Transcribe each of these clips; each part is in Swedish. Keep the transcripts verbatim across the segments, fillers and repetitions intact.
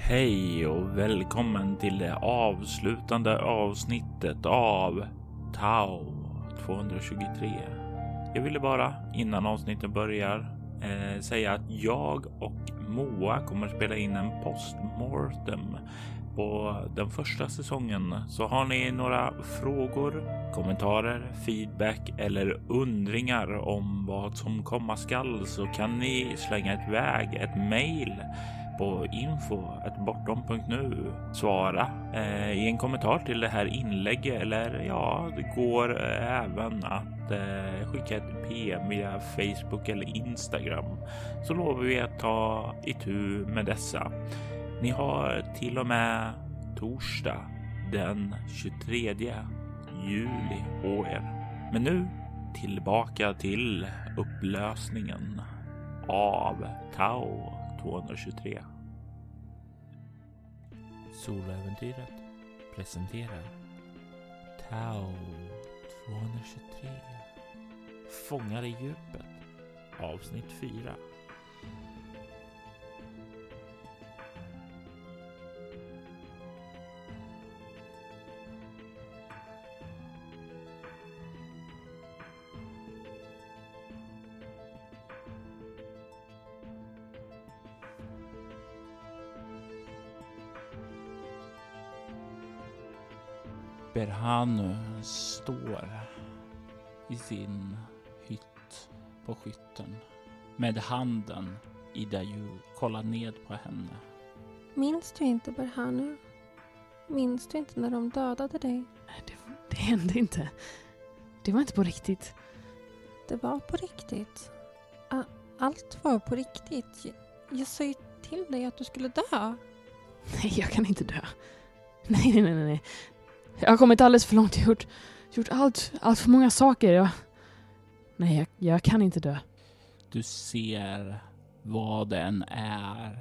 Hej och välkommen till det avslutande avsnittet av Tau tvåhundratjugotre. Jag ville bara innan avsnittet börjar eh, säga att jag och Moa kommer att spela in en postmortem på den första säsongen. Så har ni några frågor, kommentarer, feedback eller undringar om vad som komma skall så kan ni slänga iväg ett mejl på info at bortom punkt nu. Svara eh, i en kommentar till det här inlägget eller ja, det går eh, även att eh, skicka ett P M via Facebook eller Instagram. Så lovar vi att ta itu med dessa. Ni har till och med torsdag den tjugotredje juli på er. Men nu tillbaka till upplösningen av Tau tvåhundratjugotre. Soloäventyret presenterar Tau tvåhundratjugotre. Fångar i djupet. Avsnitt fyra. Berhanu står i sin hytt på skytten med handen i Dayu kollar ned på henne. Minns du inte, Berhanu? Minns du inte när de dödade dig? Det, det hände inte. Det var inte på riktigt. Det var på riktigt. Allt var på riktigt. Jag, jag sa ju till dig att du skulle dö. Nej, jag kan inte dö. Nej, nej, nej, nej. Jag har kommit alldeles för långt. Jag har gjort, gjort allt, allt för många saker. Jag, nej, jag, jag kan inte dö. Du ser vad den är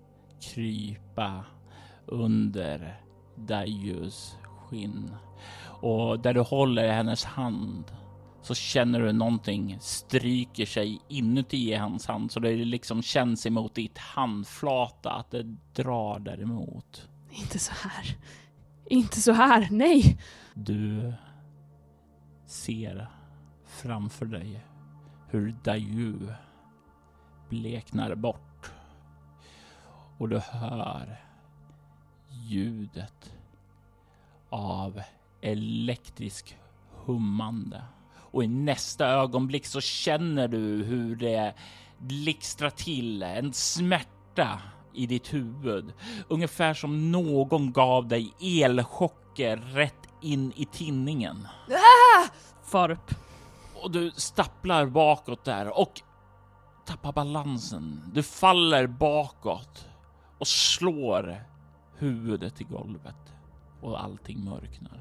krypa under Dayus skinn. Och där du håller hennes hand så känner du någonting stryker sig inuti hans hand. Så det liksom känns emot ditt handflata att det drar däremot. Inte så här. Inte så här, nej! Du ser framför dig hur Dayu bleknar bort. Och du hör ljudet av elektrisk hummande. Och i nästa ögonblick så känner du hur det blixtrar till en smärta i ditt huvud. Ungefär som någon gav dig elchocker rätt in i tinningen. Ah! Far upp. Och du stapplar bakåt där och tappar balansen. Du faller bakåt och slår huvudet i golvet. Och allting mörknar.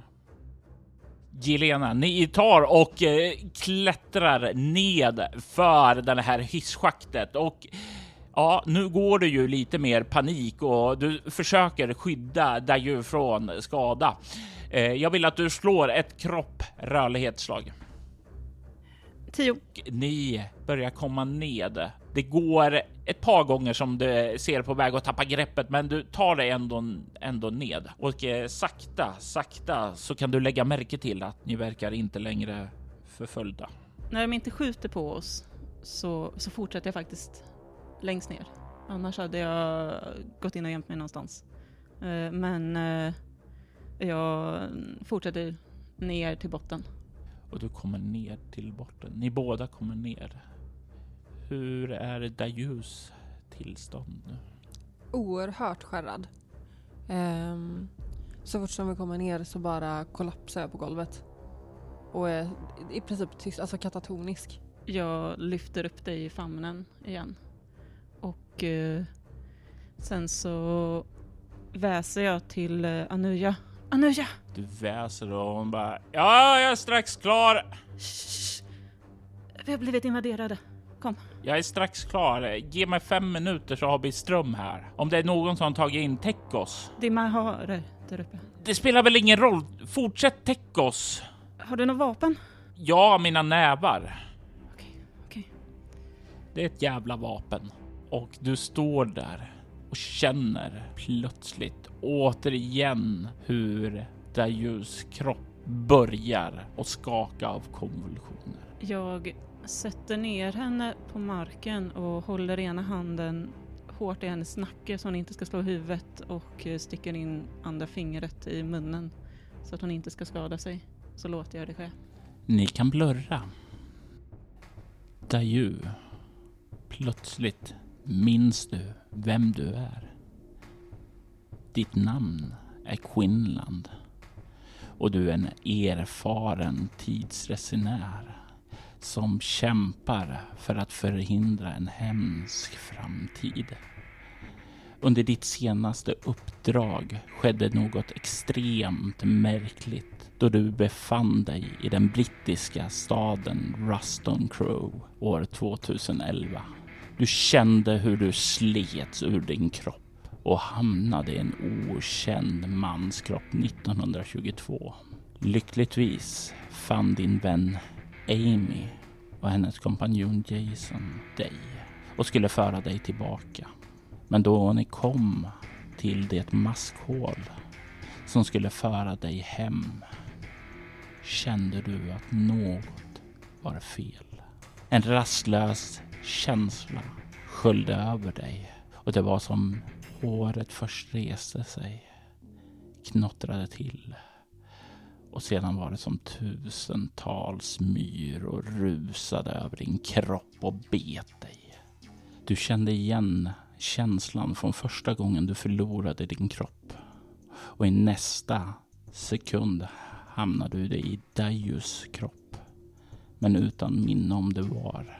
Jelena, ni tar och eh, klättrar ned för den här hisschaktet och ja, nu går det ju lite mer panik och du försöker skydda Dayu från skada. Eh, jag vill att du slår ett kropp-rörlighetsslag. Tio. Ni börjar komma ned. Det går ett par gånger som du ser på väg att tappa greppet, men du tar det ändå, ändå ned. Och eh, sakta, sakta så kan du lägga märke till att ni verkar inte längre förföljda. När de inte skjuter på oss så, så fortsätter jag faktiskt längst ner. Annars hade jag gått in och gömt mig någonstans. Uh, men uh, jag fortsätter ner till botten. Och du kommer ner till botten. Ni båda kommer ner. Hur är Dayus tillstånd nu? Oerhört skärrad. Um, så fort som vi kommer ner så bara kollapsar jag på golvet. Och är i princip tyst, alltså katatonisk. Jag lyfter upp dig i famnen igen. Och uh, sen så väser jag till uh, Anuja. Anuja! Du väser och hon bara, ja, jag är strax klar. Shh. Vi har blivit invaderade. Kom. Jag är strax klar. Ge mig fem minuter så har vi ström här. Om det är någon som tagit in Tekos. Det är Mahare där uppe. Det spelar väl ingen roll. Fortsätt Tekos. Har du något vapen? Ja, mina nävar. Okej, okej. Det är ett jävla vapen. Och du står där och och känner plötsligt återigen hur Dayus kropp börjar att skaka av konvulsioner. Jag sätter ner henne på marken och håller ena handen hårt i hennes nacke så hon inte ska slå huvudet och sticker in andra fingret i munnen så att hon inte ska skada sig. Så låter jag det ske. Ni kan blurra. Dayu, plötsligt minns du vem du är. Ditt namn är Quinlan och du är en erfaren tidsresenär som kämpar för att förhindra en hemsk framtid. Under ditt senaste uppdrag skedde något extremt märkligt då du befann dig i den brittiska staden Ruston Crow år tjugoelva. Du kände hur du slets ur din kropp och hamnade i en okänd manskropp nittonhundratjugotvå. Lyckligtvis fann din vän Amy och hennes kompanjon Jason dig och skulle föra dig tillbaka. Men då ni kom till det maskhål som skulle föra dig hem kände du att något var fel. En rastlös känsla sköljde över dig och det var som håret först reste sig, knottrade till och sedan var det som tusentals myror rusade över din kropp och bet dig. Du kände igen känslan från första gången du förlorade din kropp och i nästa sekund hamnade du i Dayus kropp men utan minne om det var.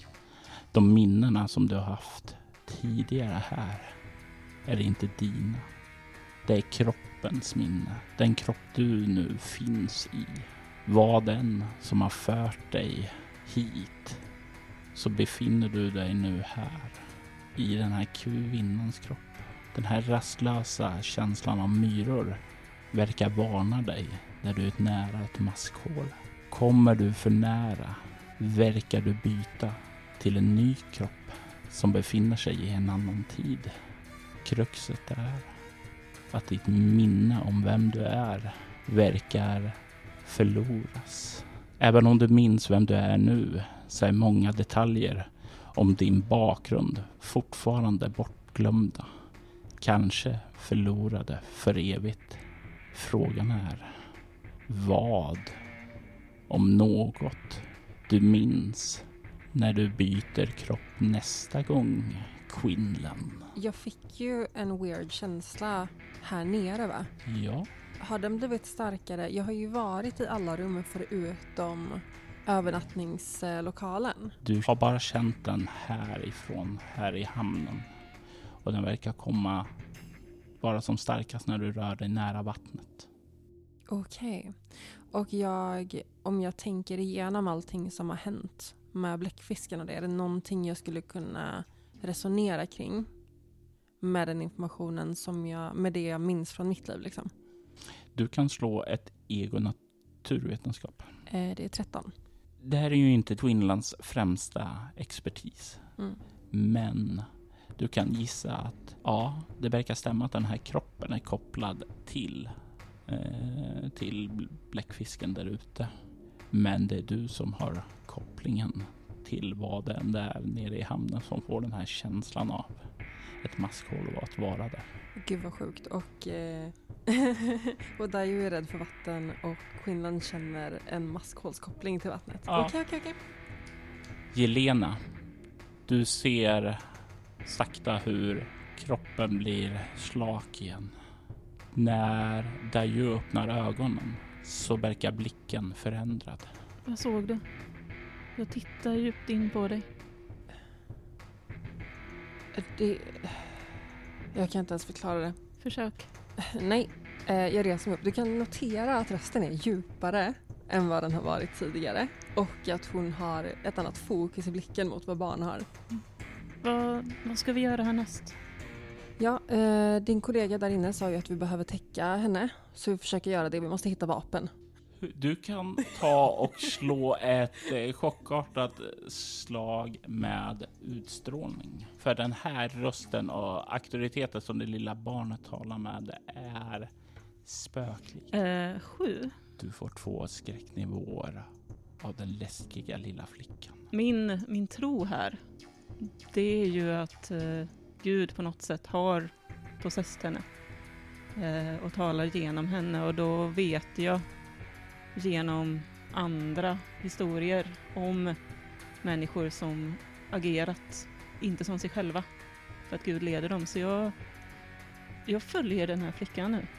De minnena som du har haft tidigare här är inte dina. Det är kroppens minne. Den kropp du nu finns i. Var den som har fört dig hit så befinner du dig nu här i den här kvinnans kropp. Den här rastlösa känslan av myror verkar varna dig när du är nära ett maskhål. Kommer du för nära verkar du byta till en ny kropp som befinner sig i en annan tid. Kruxet är att ditt minne om vem du är verkar förloras. Även om du minns vem du är nu så är många detaljer om din bakgrund fortfarande bortglömda. Kanske förlorade för evigt. Frågan är vad, om något, du minns när du byter kropp nästa gång, Quinlan. Jag fick ju en weird känsla här nere, va? Ja. Har den blivit starkare? Jag har ju varit i alla rum förutom övernattningslokalen. Du har bara känt den härifrån, här i hamnen. Och den verkar komma bara som starkast när du rör dig nära vattnet. Okej. Okay. Och jag, om jag tänker igenom allting som har hänt med bläckfisken och det, är det någonting jag skulle kunna resonera kring med den informationen som jag, med det jag minns från mitt liv liksom? Du kan slå ett ego naturvetenskap. Eh, det är tretton. Det här är ju inte Quinlans främsta expertis. Mm. Men du kan gissa att ja, det verkar stämma att den här kroppen är kopplad till eh, till bläckfisken där ute. Men det är du som har kopplingen till vad det än är nere i hamnen som får den här känslan av ett maskhål och att vara där. Gud vad sjukt. Och, eh, och Dayu är rädd för vatten och Quinlan känner en maskhålskoppling till vattnet. Okej, Ja. okej, okej. Okay, okay. Jelena, du ser sakta hur kroppen blir slak igen. När Dayu öppnar ögonen så verkar blicken förändrad. Jag såg det. Jag tittar djupt in på dig. Det, jag kan inte ens förklara det. Försök. Nej, eh, jag reser mig upp. Du kan notera att rösten är djupare än vad den har varit tidigare. Och att hon har ett annat fokus i blicken mot vad barn har. Vad, vad ska vi göra härnäst? Ja, eh, din kollega där inne sa ju att vi behöver täcka henne. Så vi försöker göra det. Vi måste hitta vapen. Du kan ta och slå ett eh, chockartat slag med utstrålning. För den här rösten och auktoriteten som det lilla barnet talar med är spöklik. Eh, sju. Du får två skräcknivåer av den läskiga lilla flickan. Min, min tro här, det är ju att eh, Gud på något sätt har possessat henne. Eh, och talar genom henne. Och då vet jag genom andra historier om människor som agerat inte som sig själva för att Gud leder dem. Så jag, jag följer den här flickan nu.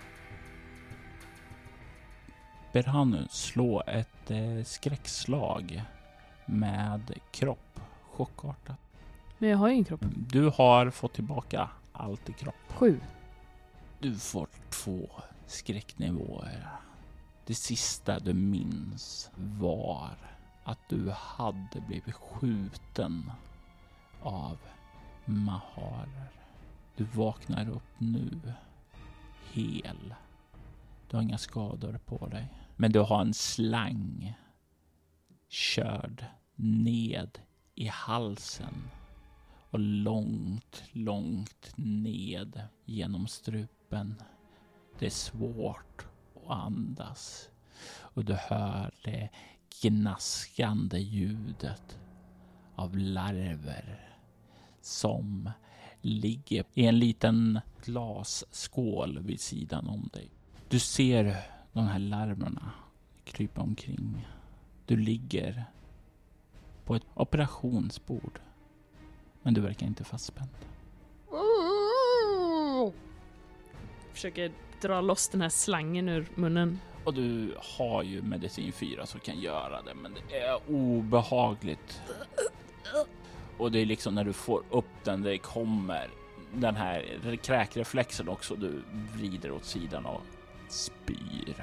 Berhanu, slå ett eh, skräckslag med kropp. Chockartat. Men jag har ju ingen kropp. Du har fått tillbaka allt i kropp. Sju. Du får två skräcknivåer. Det sista du minns var att du hade blivit skjuten av maharer. Du vaknar upp nu hel. Du har inga skador på dig. Men du har en slang körd ned i halsen och långt, långt ned genom strupen. Det är svårt att andas och du hör det gnaskande ljudet av larver som ligger i en liten glasskål vid sidan om dig. Du ser de här larverna krypa omkring. Du ligger på ett operationsbord. Men du verkar inte fastspänd. Försöker dra loss den här slangen ur munnen. Och du har ju medicin fyra så kan göra det. Men det är obehagligt. Och det är liksom när du får upp den, det kommer den här kräkreflexen också. Du vrider åt sidan och spyr.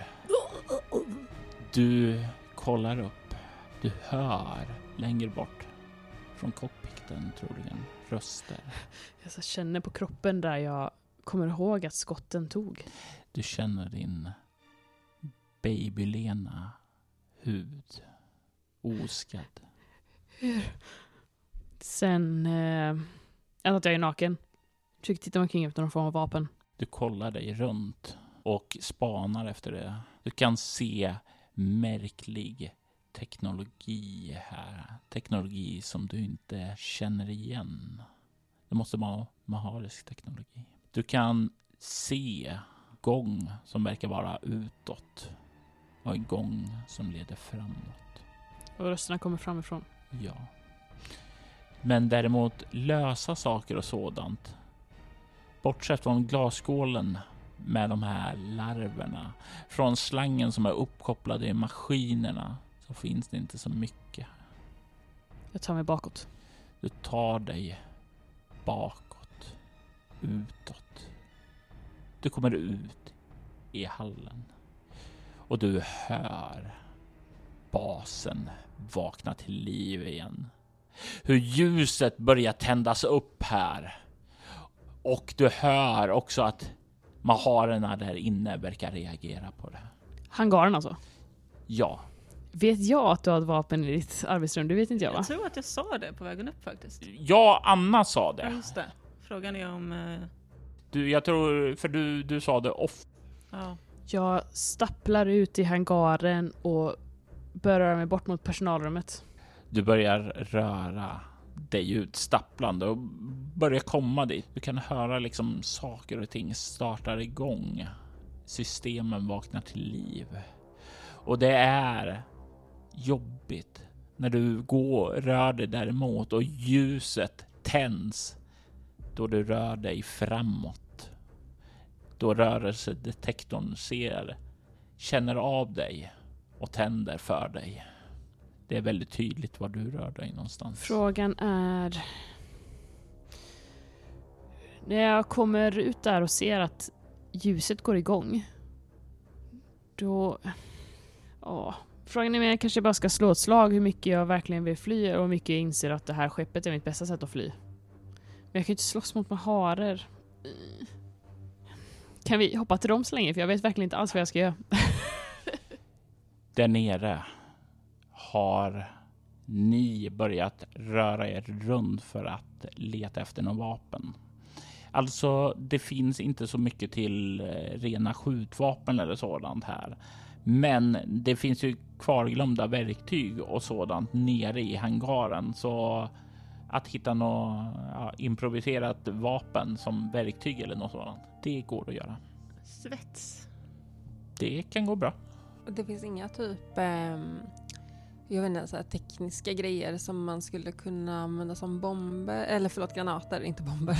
Du kollar upp. Du hör längre bort från cockpiten troligen röster. Jag så känner på kroppen där jag kommer ihåg att skotten tog. Du känner din babylena hud oskadd. Hur? Sen eh, att jag är naken. Försöker titta omkring efter någon form av vapen. Du kollar dig runt och spanar efter det. Du kan se märklig teknologi här. Teknologi som du inte känner igen. Det måste vara maharisk teknologi. Du kan se gång som verkar vara utåt och en gång som leder framåt. Och rösterna kommer framifrån. Ja. Men däremot lösa saker och sådant. Bortsett från glasskålen med de här larverna. Från slangen som är uppkopplad i maskinerna så finns det inte så mycket. Jag tar mig bakåt. Du tar dig bakåt. Utåt. Du kommer ut i hallen. Och du hör basen vakna till liv igen. Hur ljuset börjar tändas upp här. Och du hör också att maharerna där inne verkar reagera på det. Hangaren alltså? Ja. Vet jag att du har ett vapen i ditt arbetsrum? Det vet inte jag, va? Jag tror att jag sa det på vägen upp faktiskt. Ja, Anna sa Ja, det. just det. Frågan är om... Eh, Du, jag tror, för du, du sa det off. ja. Jag stapplar ut i hangaren och börjar röra mig bort mot personalrummet. Du börjar röra dig ut stapplande och börjar komma dit. Du kan höra liksom saker och ting startar igång. Systemen vaknar till liv. Och det är jobbigt när du går, rör dig däremot och ljuset tänds då du rör dig framåt. Då rörelsedetektorn ser, känner av dig och tänder för dig. Det är väldigt tydligt var du rör dig någonstans. Frågan är... När jag kommer ut där och ser att ljuset går igång. Då... Ja, frågan är om jag kanske bara ska slå ett slag hur mycket jag verkligen vill fly och hur mycket jag inser att det här skeppet är mitt bästa sätt att fly. Men jag kan ju inte slåss mot maharer. Kan vi hoppa till dem så länge? För jag vet verkligen inte alls vad jag ska göra. Där nere har ni börjat röra er runt för att leta efter någon vapen. Alltså, det finns inte så mycket till rena skjutvapen eller sådant här. Men det finns ju kvarglömda verktyg och sådant nere i hangaren. Så att hitta något ja, improviserat vapen som verktyg eller något sådant, det går att göra. Svets. Det kan gå bra. Det finns inga typ eh, jag vet inte, så här tekniska grejer som man skulle kunna använda som bomber, eller förlåt, granater, inte bomber.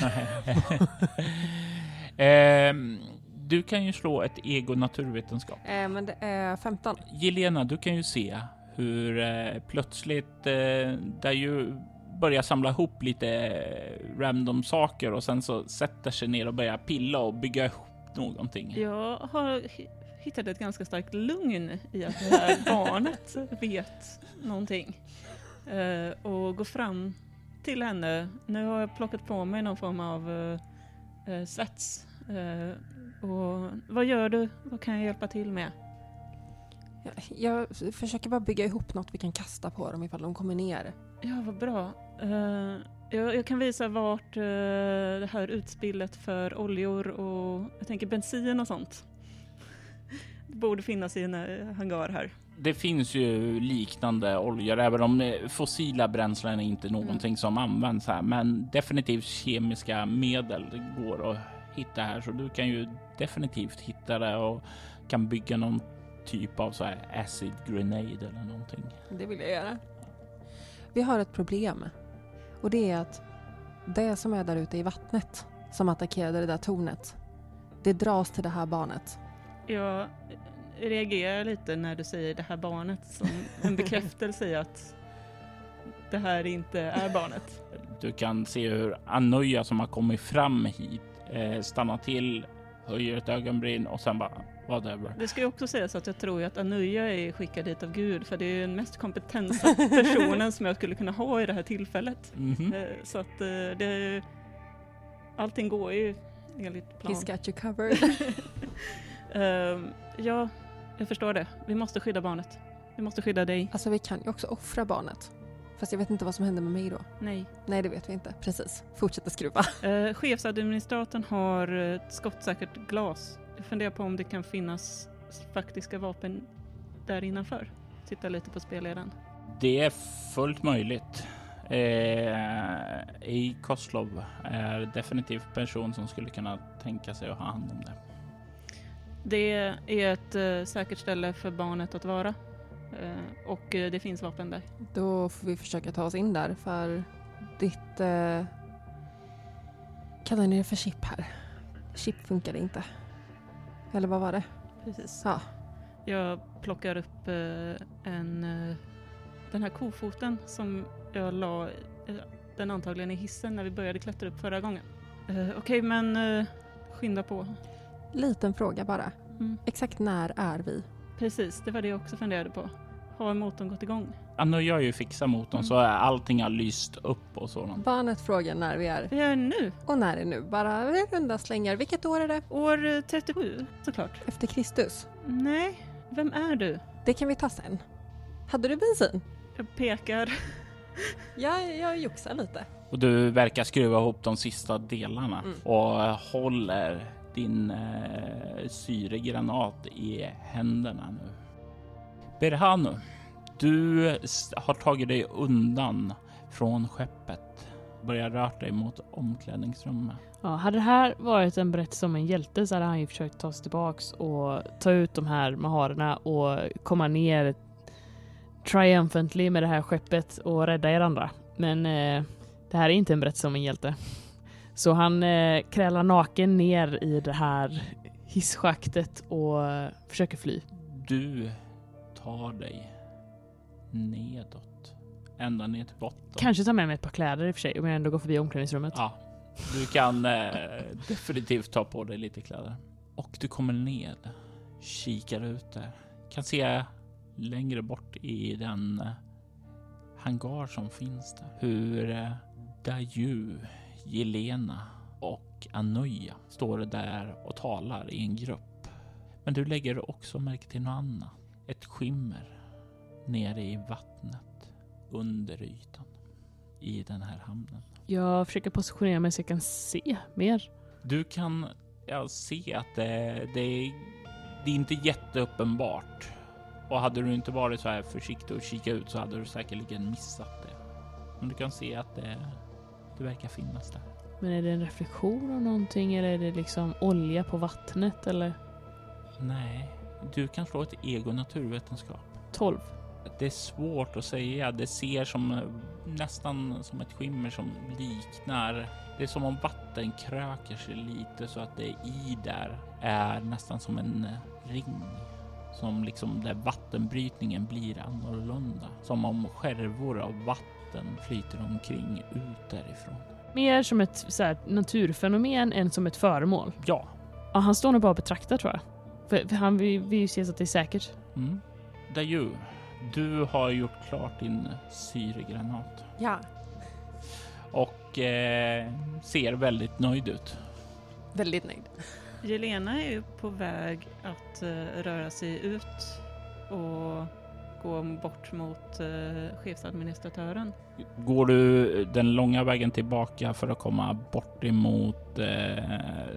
eh, du kan ju slå ett ego naturvetenskap. Eh, men det är femton. Jelena, du kan ju se hur eh, plötsligt eh, där ju börjar samla ihop lite eh, random saker och sen så sätter sig ner och börjar pilla och bygga ihop någonting. Jag har h- hittat ett ganska starkt lugn i att det här barnet vet någonting. Eh, och går fram till henne. Nu har jag plockat på mig någon form av eh, eh, svets. Eh, och vad gör du? Vad kan jag hjälpa till med? Jag, jag försöker bara bygga ihop något vi kan kasta på dem ifall de kommer ner. Ja, vad bra. Uh, jag, jag kan visa vart uh, det här utspillet för oljor och jag tänker bensin och sånt. Det borde finnas i en uh, hangar här. Det finns ju liknande oljor, även om fossila bränslen är inte någonting mm. som används här. Men definitivt kemiska medel går att hitta här. Så du kan ju definitivt hitta det och kan bygga någon typ av så här acid grenade eller någonting. Det vill jag göra. Vi har ett problem. Och det är att det som är där ute i vattnet som attackerade det där tornet, det dras till det här barnet. Jag reagerar lite när du säger det här barnet som en bekräftelse i att det här inte är barnet. Du kan se hur Anoya som har kommit fram hit eh, stannar till, höjer ett ögonbryn och sen bara whatever. Det ska ju också sägas att jag tror att Anoya är skickad dit av Gud, för det är den mest kompetenta personen som jag skulle kunna ha i det här tillfället. Mm-hmm. Så att det, allting går ju enligt plan. He's got you covered. um, ja, jag förstår det. Vi måste skydda barnet. Vi måste skydda dig. Alltså vi kan ju också offra barnet. Fast jag vet inte vad som händer med mig då. Nej. Nej, det vet vi inte. Precis. Fortsätta skruva. Uh, chefsadministratorn har ett skottsäkert glas. Jag funderar på om det kan finnas faktiska vapen där innanför. Titta lite på spelledaren. Det är fullt möjligt. Eh, I Koslov är definitivt person som skulle kunna tänka sig att ha hand om det. Det är ett uh, säkert ställe för barnet att vara. Uh, och uh, det finns vapen där. Då får vi försöka ta oss in där, för ditt... Uh... Kallar ni det för chip här? Chip funkar inte. Eller vad var det? Precis. Ja. Jag plockar upp uh, en... Uh, den här kofoten som jag la... Uh, den antagligen i hissen när vi började klättra upp förra gången. Uh, Okej, okay, men uh, skynda på. Liten fråga bara. Mm. Exakt när är vi? Precis, det var det jag också funderade på. Har motorn gått igång? Ja, nu gör ju fixa motorn mm. så är allting har lyst upp och sådant. Barnet frågar när vi är. Vi är nu. Och när är nu? Bara runda slängar. Vilket år är det? År trettiosju, såklart. Efter Kristus? Nej, vem är du? Det kan vi ta sen. Hade du bensin? Jag pekar. Ja, jag joxar lite. Och du verkar skruva ihop de sista delarna mm. och håller din eh, syregranat i händerna nu. Berhanu, du har tagit dig undan från skeppet. Börjar röra dig mot omklädningsrummet. Ja, hade det här varit en berättelse om en hjälte så hade han ju försökt ta sig tillbaks och ta ut de här maharerna och komma ner triumphantly med det här skeppet och rädda er andra. Men eh, det här är inte en berättelse om en hjälte. Så han eh, krälar naken ner i det här hisschaktet och eh, försöker fly. Du tar dig nedåt. Ända ner till botten. Kanske ta med mig ett par kläder i och för sig om jag ändå går förbi omklädningsrummet. Ja, du kan eh, definitivt ta på dig lite kläder. Och du kommer ned. Kikar ut där. Kan se längre bort i den eh, hangar som finns där. Hur eh, Daju, Jelena och Anoya står där och talar i en grupp. Men du lägger också märke till något annat. Ett skimmer nere i vattnet under ytan i den här hamnen. Jag försöker positionera mig så jag kan se mer. Du kan ja, se att det, det, är, det är inte jätteuppenbart. Och hade du inte varit så här försiktig och kika ut så hade du säkerligen missat det. Men du kan se att det, det verkar finnas där. Men är det en reflektion av någonting eller är det liksom olja på vattnet eller? Nej, du kan slå ett ego naturvetenskap. tolv. Det är svårt att säga. Det ser som nästan som ett skimmer som liknar. Det är som om vatten kröker sig lite så att det i där är nästan som en ring. Som liksom där vattenbrytningen blir annorlunda. Som om skärvor av vatten flyter omkring ut därifrån. Mer som ett så här, naturfenomen än som ett föremål. Ja. Ja, han står nog bara och betraktar tror jag. För, för han vill, vill ju se så att det är säkert. Mm. Daju, du har gjort klart din syregranat. Ja, Och eh, ser väldigt nöjd ut. väldigt nöjd. Jelena är ju på väg att uh, röra sig ut och gå bort mot uh, chefsadministratören. Går du den långa vägen tillbaka för att komma bort emot eh,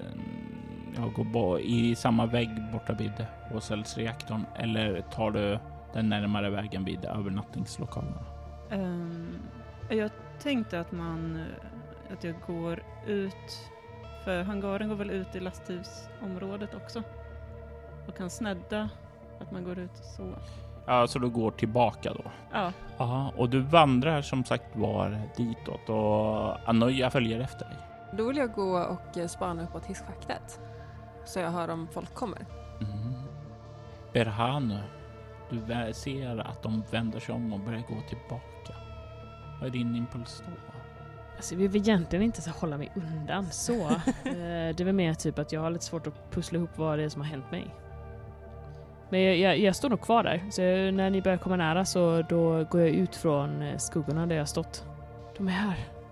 jag går bo- i samma vägg borta vid Åsälsreaktorn eller tar du den närmare vägen vid övernattningslokalerna? Um, jag tänkte att man att jag går ut, för hangaren går väl ut i lasthusområdet också och kan snedda att man går ut så. Ja, så du går tillbaka då? Ja. Ja, och du vandrar som sagt var ditåt och Anoja följer efter dig. Då vill jag gå och spana uppåt hisschaktet. Så jag hör om folk kommer. Mm. Berhanu, du vä- ser att de vänder sig om och börjar gå tillbaka. Vad är din impuls då? Alltså vi vill egentligen inte så hålla mig undan så. eh, det är väl mer typ att jag har lite svårt att pussla ihop vad det är som har hänt mig. Men jag, jag, jag står nog kvar där. Så jag, när ni börjar komma nära så då går jag ut från eh, skuggorna där jag har stått. De är här.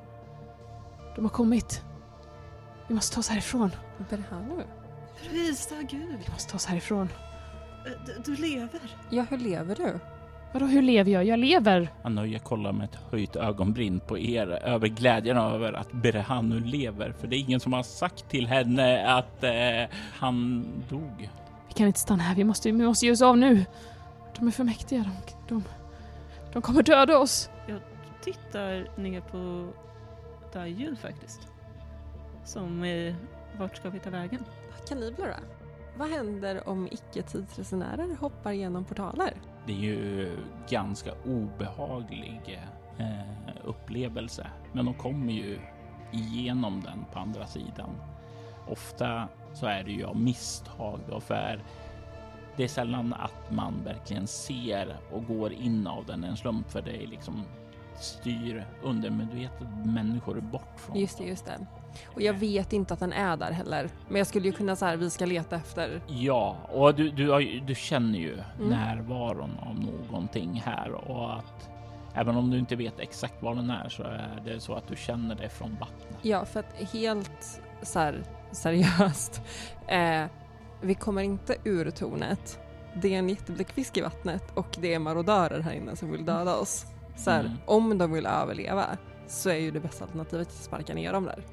De har kommit. Vi måste ta oss härifrån. Berhanu? Prisa Gud! Vi måste ta oss härifrån. Du, du lever! Ja, hur lever du? Vadå, hur lever jag? Jag lever! Anoja kollar med ett höjt ögonbryn på er över glädjen över att Berhanu lever. För det är ingen som har sagt till henne att eh, han dog. Vi kan inte stanna här. Vi måste, vi måste ge oss av nu. De är för mäktiga. De, de, de kommer döda oss. Jag tittar ner på Daju faktiskt. Som eh, vart ska vi ta vägen? Kan ni blurra? Vad händer om icke-tidsresenärer hoppar genom portaler? Det är ju ganska obehaglig eh, upplevelse. Men de kommer ju igenom den på andra sidan. Ofta så är det ju av misstag då, för det är sällan att man verkligen ser och går in av den en slump, för det är liksom styr undermedvetet människor bort från. Just det, just det. Och jag vet inte att den är där heller. Men jag skulle ju kunna så här, vi ska leta efter. Ja, och du, du, har, du känner ju Mm. närvaron av någonting här, och att även om du inte vet exakt var den är så är det så att du känner det från vattnet. Ja, för att helt så här, seriöst. Eh, vi kommer inte ur tornet. Det är en jättebläckfisk i vattnet och det är marodörer här inne som vill döda oss. Så här, Mm. om de vill överleva så är ju det bästa alternativet att sparka ner dem där.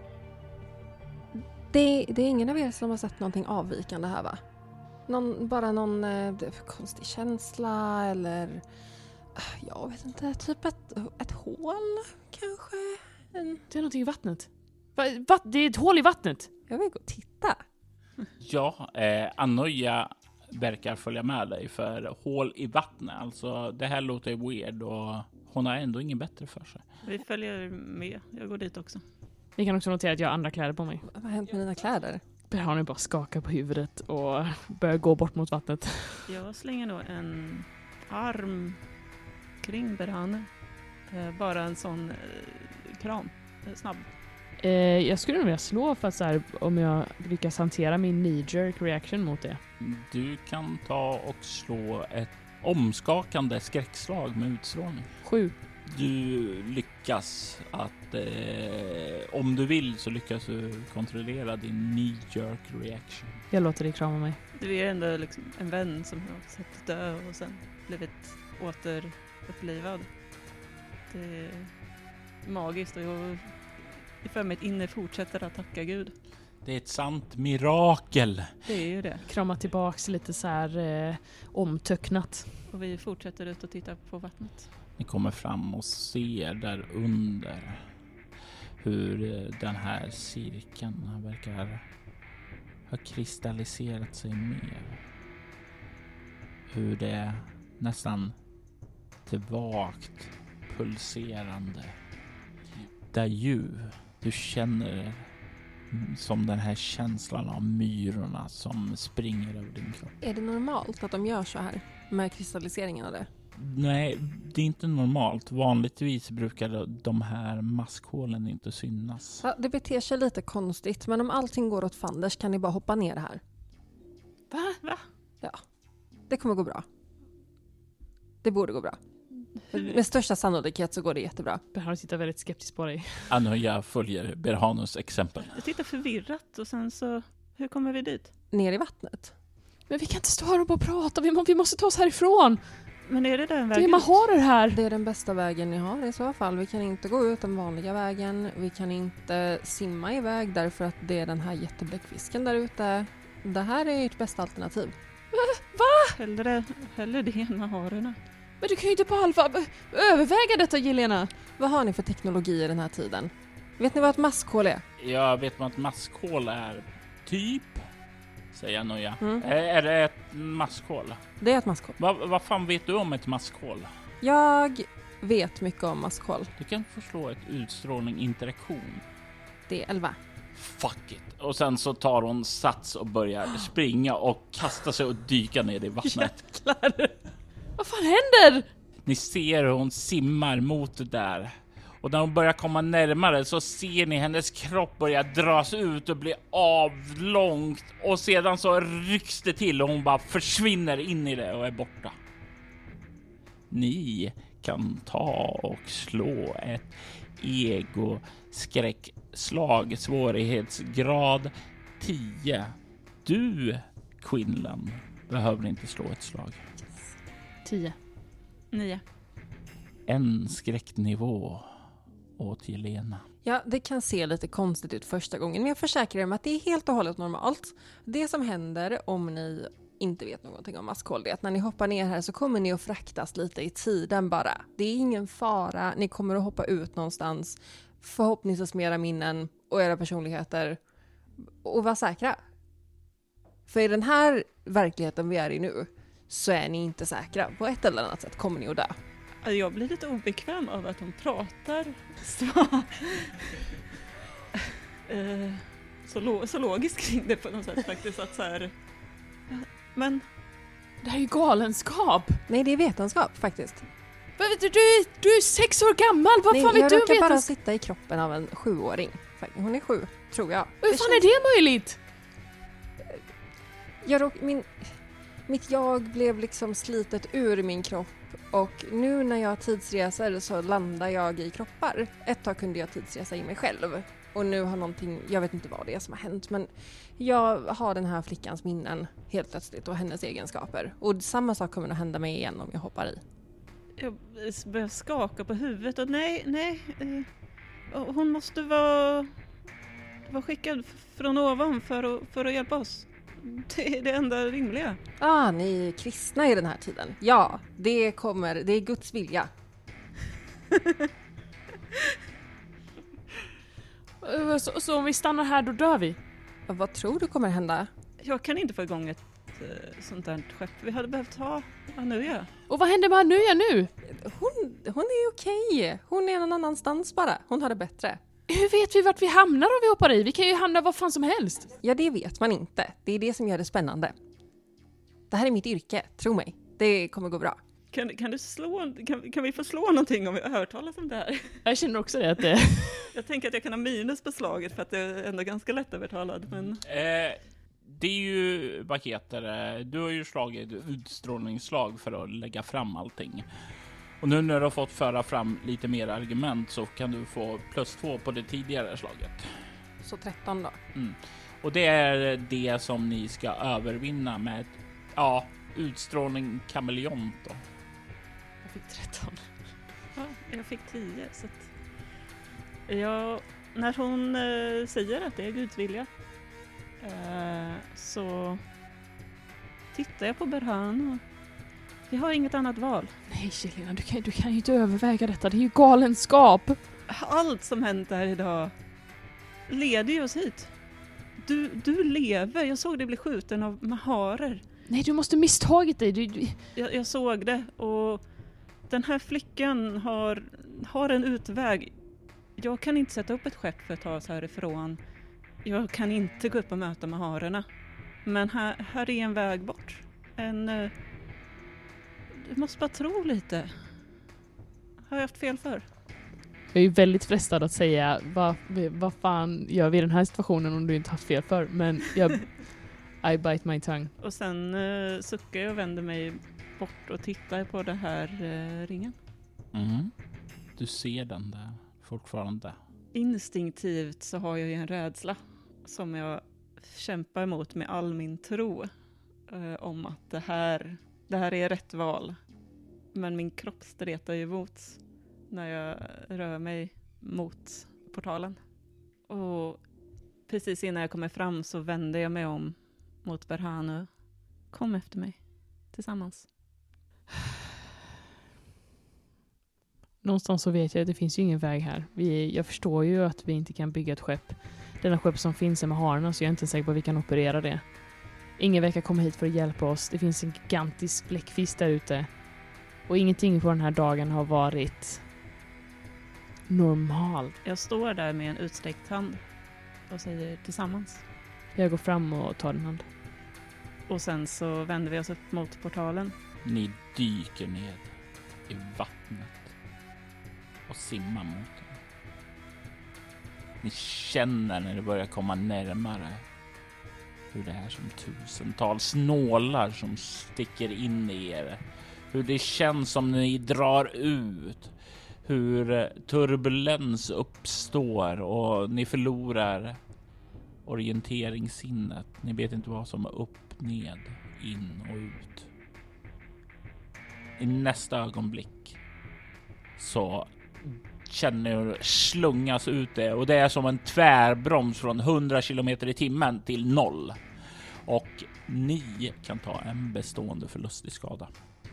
Det, det är ingen av er som har sett någonting avvikande här, va? Någon, bara någon eh, konstig känsla eller jag vet inte, typ ett, ett hål kanske? En... Det är någonting i vattnet. Va, va, det är ett hål i vattnet. Jag vill gå och titta. Ja, eh, Anoja verkar följa med dig, för hål i vattnet, alltså det här låter weird och hon har ändå ingen bättre för sig. Vi följer med. Jag går dit också. Ni kan också notera att jag har andra kläder på mig. Vad har hänt med dina kläder? Berhanu bara skakar på huvudet och börjar gå bort mot vattnet. Jag slänger nog en arm kring Berhanu. Eh, bara en sån eh, kram. Eh, snabb. Eh, jag skulle nog vilja slå för att så här, om jag lyckas hantera min knee-jerk reaction mot det. Du kan ta och slå ett omskakande skräckslag med utstrålning. Sju. Du lyckas att, eh, om du vill så lyckas du kontrollera din knee-jerk reaction. Jag låter dig krama mig. Du är ändå liksom en vän som har sett dö och sen blivit återupplivad. Det är magiskt och jag för mitt inne fortsätter att tacka Gud. Det är ett sant mirakel. Det är ju det. Krama tillbaks lite så här eh, omtöcknat. Och vi fortsätter ut och tittar på vattnet. Ni kommer fram och ser där under hur den här cirkeln verkar ha kristalliserat sig mer. Hur det är nästan tillvakt pulserande. Där ju du känner som den här känslan av myrorna som springer över din kropp. Är det normalt att de gör så här med kristalliseringen av det? Nej, det är inte normalt. Vanligtvis brukar de här maskhålen inte synas. Ja, det beter sig lite konstigt, men om allting går åt fanders kan ni bara hoppa ner här. Va? Va? Ja, det kommer gå bra. Det borde gå bra. Med största sannolikhet så går det jättebra. Berhanus tittar väldigt skeptiskt på dig. Anoja följer Berhanus exempel. Jag tittar förvirrat och sen så, hur kommer vi dit? Ner i vattnet. Men vi kan inte stå här och bara prata. Vi, må, vi måste ta oss härifrån. Men är det där en väg Det är ut? maharer här. Det är den bästa vägen ni har i så fall. Vi kan inte gå ut den vanliga vägen. Vi kan inte simma iväg därför att det är den här jättebläckfisken där ute. Det här är ert bästa alternativ. Hellre, hellre det än maharerna. Men du kan ju inte på allvar överväga detta, Jelena. Vad har ni för teknologi i den här tiden? Vet ni vad ett maskhål är? Jag vet man att maskhål är typ, säger Anoja. Mm. Är, är det ett maskhål? Det är ett maskhål. Vad vad fan vet du om ett maskhål? Jag vet mycket om maskhål. Du kan förslå ett utstrålning interaktion. Det är elva. Fuck it. Och sen så tar hon sats och börjar springa och kasta sig och dyka ner i vattnet. Jäklar. Vad fan händer? Ni ser hur hon simmar mot det där. Och när hon börjar komma närmare så ser ni hennes kropp börja dras ut och bli avlångt. Och sedan så rycks det till och hon bara försvinner in i det och är borta. Ni kan ta och slå ett ego-skräckslag, svårighetsgrad tio. Du, Quinlan, behöver inte slå ett slag. Tio. Nio. En skräcknivå åt Jelena. Ja, det kan se lite konstigt ut första gången, men jag försäkrar er om att det är helt och hållet normalt. Det som händer om ni inte vet någonting om maskhål, det är att när ni hoppar ner här så kommer ni att fraktas lite i tiden bara. Det är ingen fara, ni kommer att hoppa ut någonstans, förhoppningsvis med era minnen och era personligheter och vara säkra. För i den här verkligheten vi är i nu så är ni inte säkra. På ett eller annat sätt kommer ni att dö. Jag blir lite obekväm av att de pratar så, uh, så, lo- så logiskt kring det på något sätt faktiskt. Att så här, men Det här är ju galenskap. Nej, det är vetenskap faktiskt. Vad vet du, du, är, du är sex år gammal. Vad Nej, fan vet jag du om råkar bara vetenskap? sitta i kroppen av en sjuåring. Hon är sju, tror jag. Hur Det fan känns- är det möjligt? Jag råk, min, mitt jag blev liksom slitet ur min kropp och nu när jag tidsreser så landar jag i kroppar. Ett tag kunde jag tidsresa i mig själv och nu har någonting, jag vet inte vad det är som har hänt, men jag har den här flickans minnen helt plötsligt och hennes egenskaper. Och samma sak kommer att hända mig igen om jag hoppar i. jag börjar skaka på huvudet och nej, nej. Uh, hon måste vara, vara skickad från ovan för att, för att hjälpa oss. Det är det enda rimliga. Ah, ni är kristna i den här tiden. Ja, det kommer, det är Guds vilja. Så, så om vi stannar här, då dör vi. Och vad tror du kommer hända? Jag kan inte få igång ett uh, sånt där skepp. Vi hade behövt ha Anuja. Och vad händer med Anuja nu? Hon, hon är okej. Hon är någon annanstans bara. Hon har det bättre. Hur vet vi vart vi hamnar om vi hoppar i? Vi kan ju hamna vad fan som helst. Ja, det vet man inte. Det är det som gör det spännande. Det här är mitt yrke, tro mig. Det kommer gå bra. Kan, kan, du slå, kan, kan vi få slå någonting om vi hört talas om det här? Jag känner också det att det... Jag tänker att jag kan ha minus på slaget för att det är ändå ganska lätt övertalad. Men... Eh, det är ju, vad heter det? Du har ju slagit utstrålningsslag för att lägga fram allting. Och nu när du har fått föra fram lite mer argument så kan du få plus två på det tidigare slaget. Så tretton då. Mm. Och det är det som ni ska övervinna med ja, utstrålning kameleont då. Jag fick tretton. Ja, jag fick tio. Så att jag, när hon eh, säger att det är Guds vilja eh, så tittar jag på Berhan och vi har inget annat val. Nej, Jelena, du kan, du kan ju inte överväga detta. Det är ju galenskap. Allt som hänt här idag leder ju oss hit. Du, du lever. Jag såg dig bli skjuten av maharer. Nej, du måste misstagit dig. Du, du... Jag, jag såg det och den här flickan har, har en utväg. Jag kan inte sätta upp ett skepp för att ta oss härifrån. Jag kan inte gå upp och möta maharerna. Men här, här är en väg bort. En... Uh, du måste bara tro lite. Har jag haft fel för? Jag är ju väldigt frestad att säga vad, vad fan gör vi i den här situationen om du inte haft fel för. Men jag... I bite my tongue. Och sen uh, suckar jag och vänder mig bort och tittar på den här uh, ringen. Mm. Du ser den där fortfarande. Instinktivt så har jag ju en rädsla som jag kämpar emot med all min tro uh, om att det här, det här är rätt val. Men min kropp stretar ju emot när jag rör mig mot portalen. Och precis innan jag kommer fram så vänder jag mig om mot Berhanu. Kom efter mig. Tillsammans. Någonstans så vet jag att det finns ju ingen väg här. Vi, jag förstår ju att vi inte kan bygga ett skepp. Denna skepp som finns är med hararna, så jag är inte säker på att vi kan operera det. Ingen verkar komma hit för att hjälpa oss. Det finns en gigantisk bläckfisk där ute. Och ingenting på den här dagen har varit normalt. Jag står där med en utsträckt hand och säger tillsammans. Jag går fram och tar en hand. Och sen så vänder vi oss upp mot portalen. Ni dyker ned i vattnet och simmar mot den. Ni känner när det börjar komma närmare hur det är som tusentals nålar som sticker in i er. Hur det känns som när ni drar ut. Hur turbulens uppstår och ni förlorar orienteringssinnet. Ni vet inte vad som är upp, ned, in och ut. I nästa ögonblick så känner ni slungas ut det, och det är som en tvärbroms från hundra kilometer i timmen till noll. Och ni kan ta en bestående förlust i skada.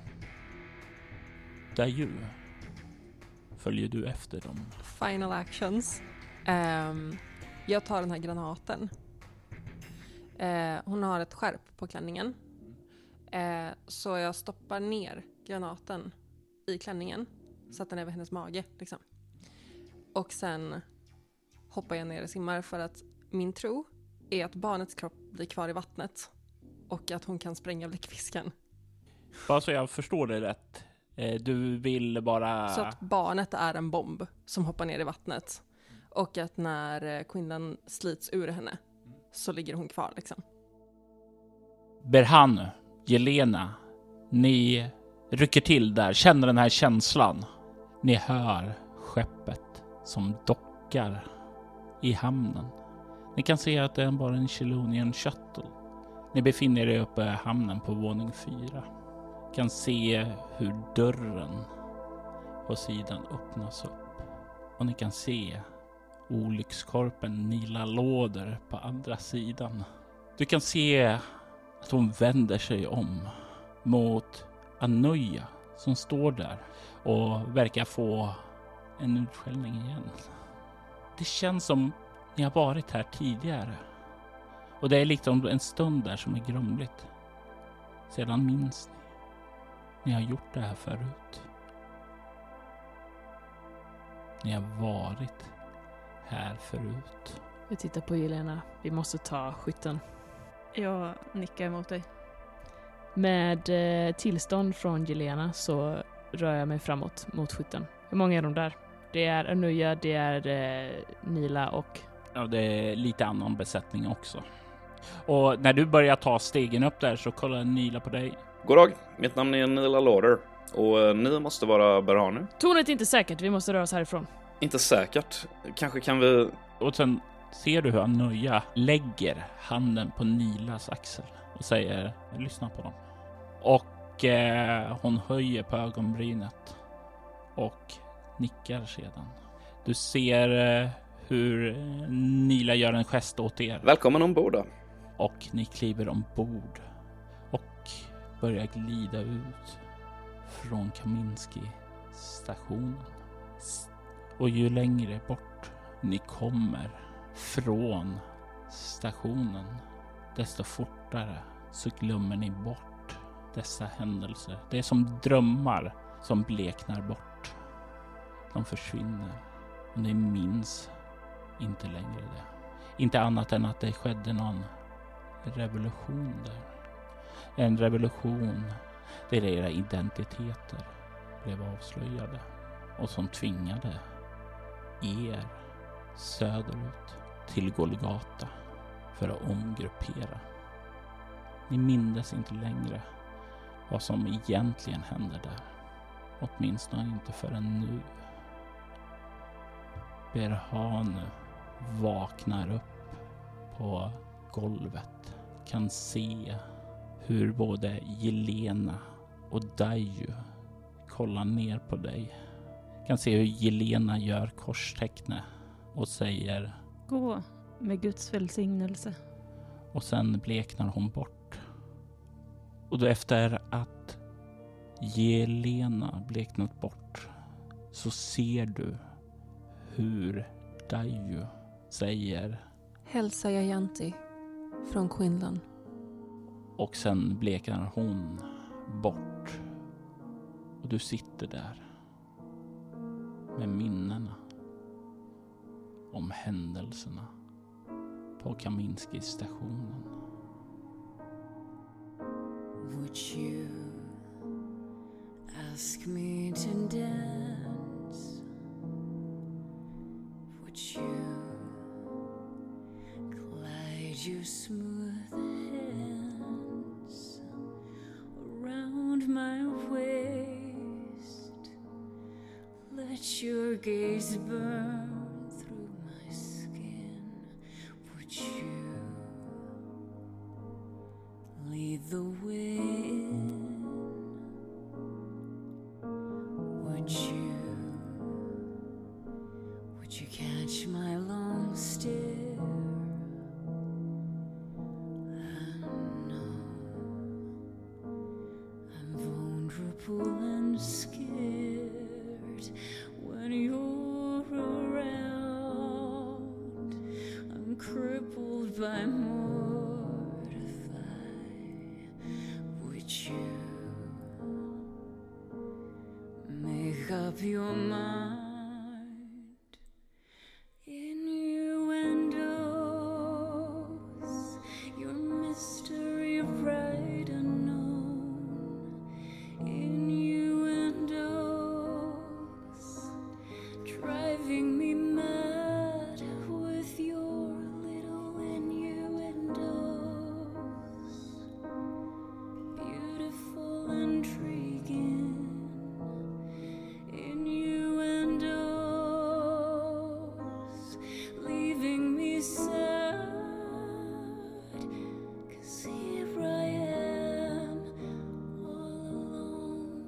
Där ju följer du efter dem. Final actions. Um, jag tar den här granaten. Uh, hon har ett skärp på klänningen. Uh, så jag stoppar ner granaten i klänningen. Så att den är över hennes mage. Liksom. Och sen hoppar jag ner och simmar, för att min tro är att barnets kropp blir kvar i vattnet. Och att hon kan spränga bläckfisken. Bara så jag förstår det rätt. Du vill bara... Så att barnet är en bomb som hoppar ner i vattnet. Och att när kvinnan slits ur henne så ligger hon kvar liksom. Berhanu, Jelena, ni rycker till där, känner den här känslan. Ni hör skeppet som dockar i hamnen. Ni kan se att det är bara en Chelonian Shuttle. Ni befinner er uppe i hamnen på våning fyra. Kan se hur dörren på sidan öppnas upp. Och ni kan se olyckskorpen Nila låder på andra sidan. Du kan se att hon vänder sig om mot Anoia som står där och verkar få en utskällning igen. Det känns som ni har varit här tidigare. Och det är liksom en stund där som är grumligt. Sedan minns ni. Ni har gjort det här förut. Ni har varit här förut. Jag tittar på Jelena. Vi måste ta skytten. Jag nickar emot dig. Med eh, tillstånd från Jelena så rör jag mig framåt mot skytten. Hur många är de där? Det är Anoia, det är eh, Nila och... Ja, det är lite annan besättning också. Och när du börjar ta stegen upp där så kollar Nila på dig. God dag, mitt namn är Nila Lauder. Och eh, ni måste vara Berhanu. Tornet är inte säkert, vi måste röra oss härifrån. Inte säkert. Kanske kan vi... Och sen ser du hur Anoja lägger handen på Nilas axel och säger, lyssna på dem. Och eh, hon höjer på ögonbrynet och nickar sedan. Du ser eh, hur Nila gör en gest åt er. Välkommen ombord då. Och ni kliver ombord och börjar glida ut från Kaminsky-stationen. Och ju längre bort ni kommer från stationen, desto fortare så glömmer ni bort dessa händelser. Det är som drömmar som bleknar bort. De försvinner och ni minns inte längre det. Inte annat än att det skedde någon revolution där. En revolution där era identiteter blev avslöjade och som tvingade er söderut till Golgata för att omgruppera. Ni mindes inte längre vad som egentligen hände där. Åtminstone inte förrän nu. Berhanu vaknar upp på golvet. Kan se hur både Jelena och Daiju kollar ner på dig. Kan se hur Jelena gör korsteckne och säger gå med Guds välsignelse. Och sen bleknar hon bort. Och då efter att Jelena bleknat bort så ser du hur Daiju säger hälsa Jayanti från Quinlan. Och sen bleknar hon bort. Och du sitter där med minnena om händelserna på Kaminsky-stationen. Would you ask me to dance? Would you glide your smooth hands around my waist? Let your gaze burn through my skin. Would you lead the way? Would you, would you catch my long stare? I know I'm vulnerable and scared when you're around. I'm crippled by mortify. Would you make up your mind? Innuendos, your mystery right unknown. Innuendos, driving me mad with your little innuendos. Beautiful, intriguing innuendos, leaving me sad, 'cause here I am all alone.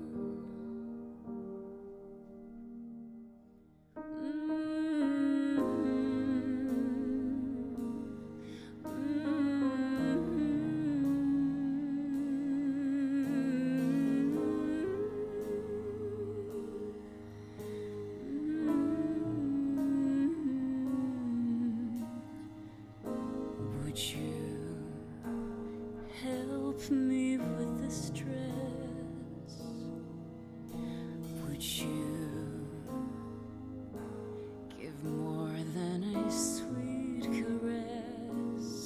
Would you help me with the stress? Would you give more than a sweet caress?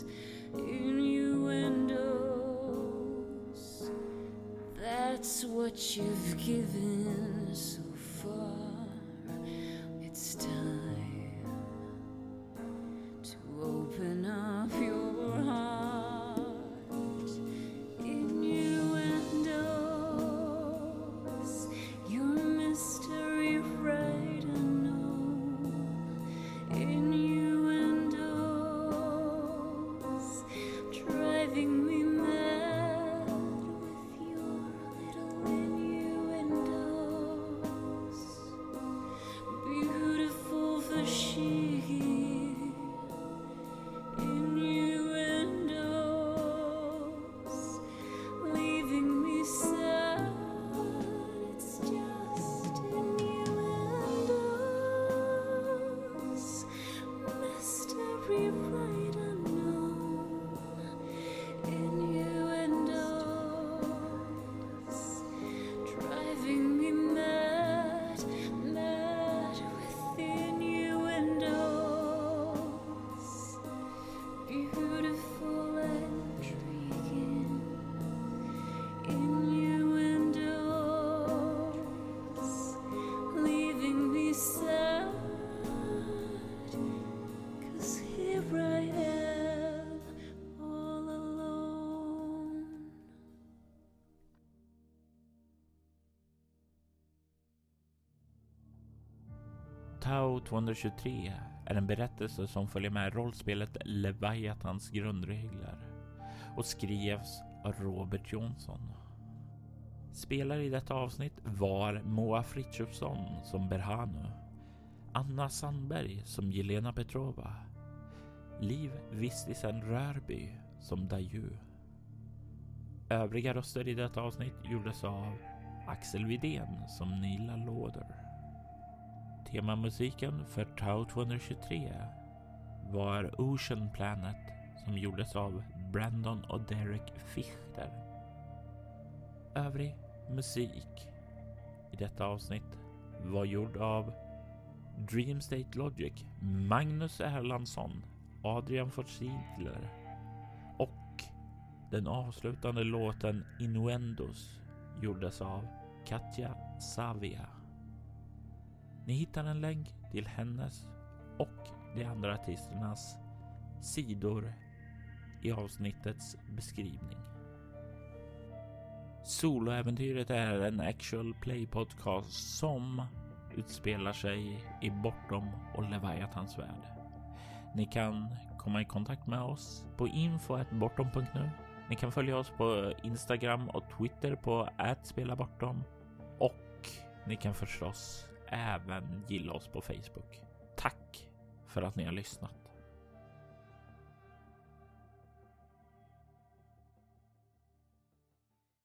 Innuendos, that's what you've given so far. It's time to open up your heart. Innuendos, Tau tvåhundratjugotre är en berättelse som följer med rollspelet Leviathans grundregler och skrevs av Robert Jonsson. Spelare i detta avsnitt var Moa Frithiofsson som Berhanu, Anna Sandberg som Jelena Petrova, Liv Vistisen Rörby som Daju. Övriga röster i detta avsnitt gjordes av Axel Widén som Nila Låder. Temamusiken för Tau tvåhundratjugotre var Ocean Planet som gjordes av Brandon och Derek Fichter. Övrig musik i detta avsnitt var gjord av Dream State Logic, Magnus Erlandsson, Adrian Forsigler och den avslutande låten Innuendos gjordes av Katja Savia. Ni hittar en länk till hennes och de andra artisternas sidor i avsnittets beskrivning. Soloäventyret är en actual play podcast som utspelar sig i Bortom och Leviathans värld. Ni kan komma i kontakt med oss på info at bortom punkt nu. Ni kan följa oss på Instagram och Twitter på at spela bortom. Och ni kan förstås även gilla oss på Facebook. Tack för att ni har lyssnat.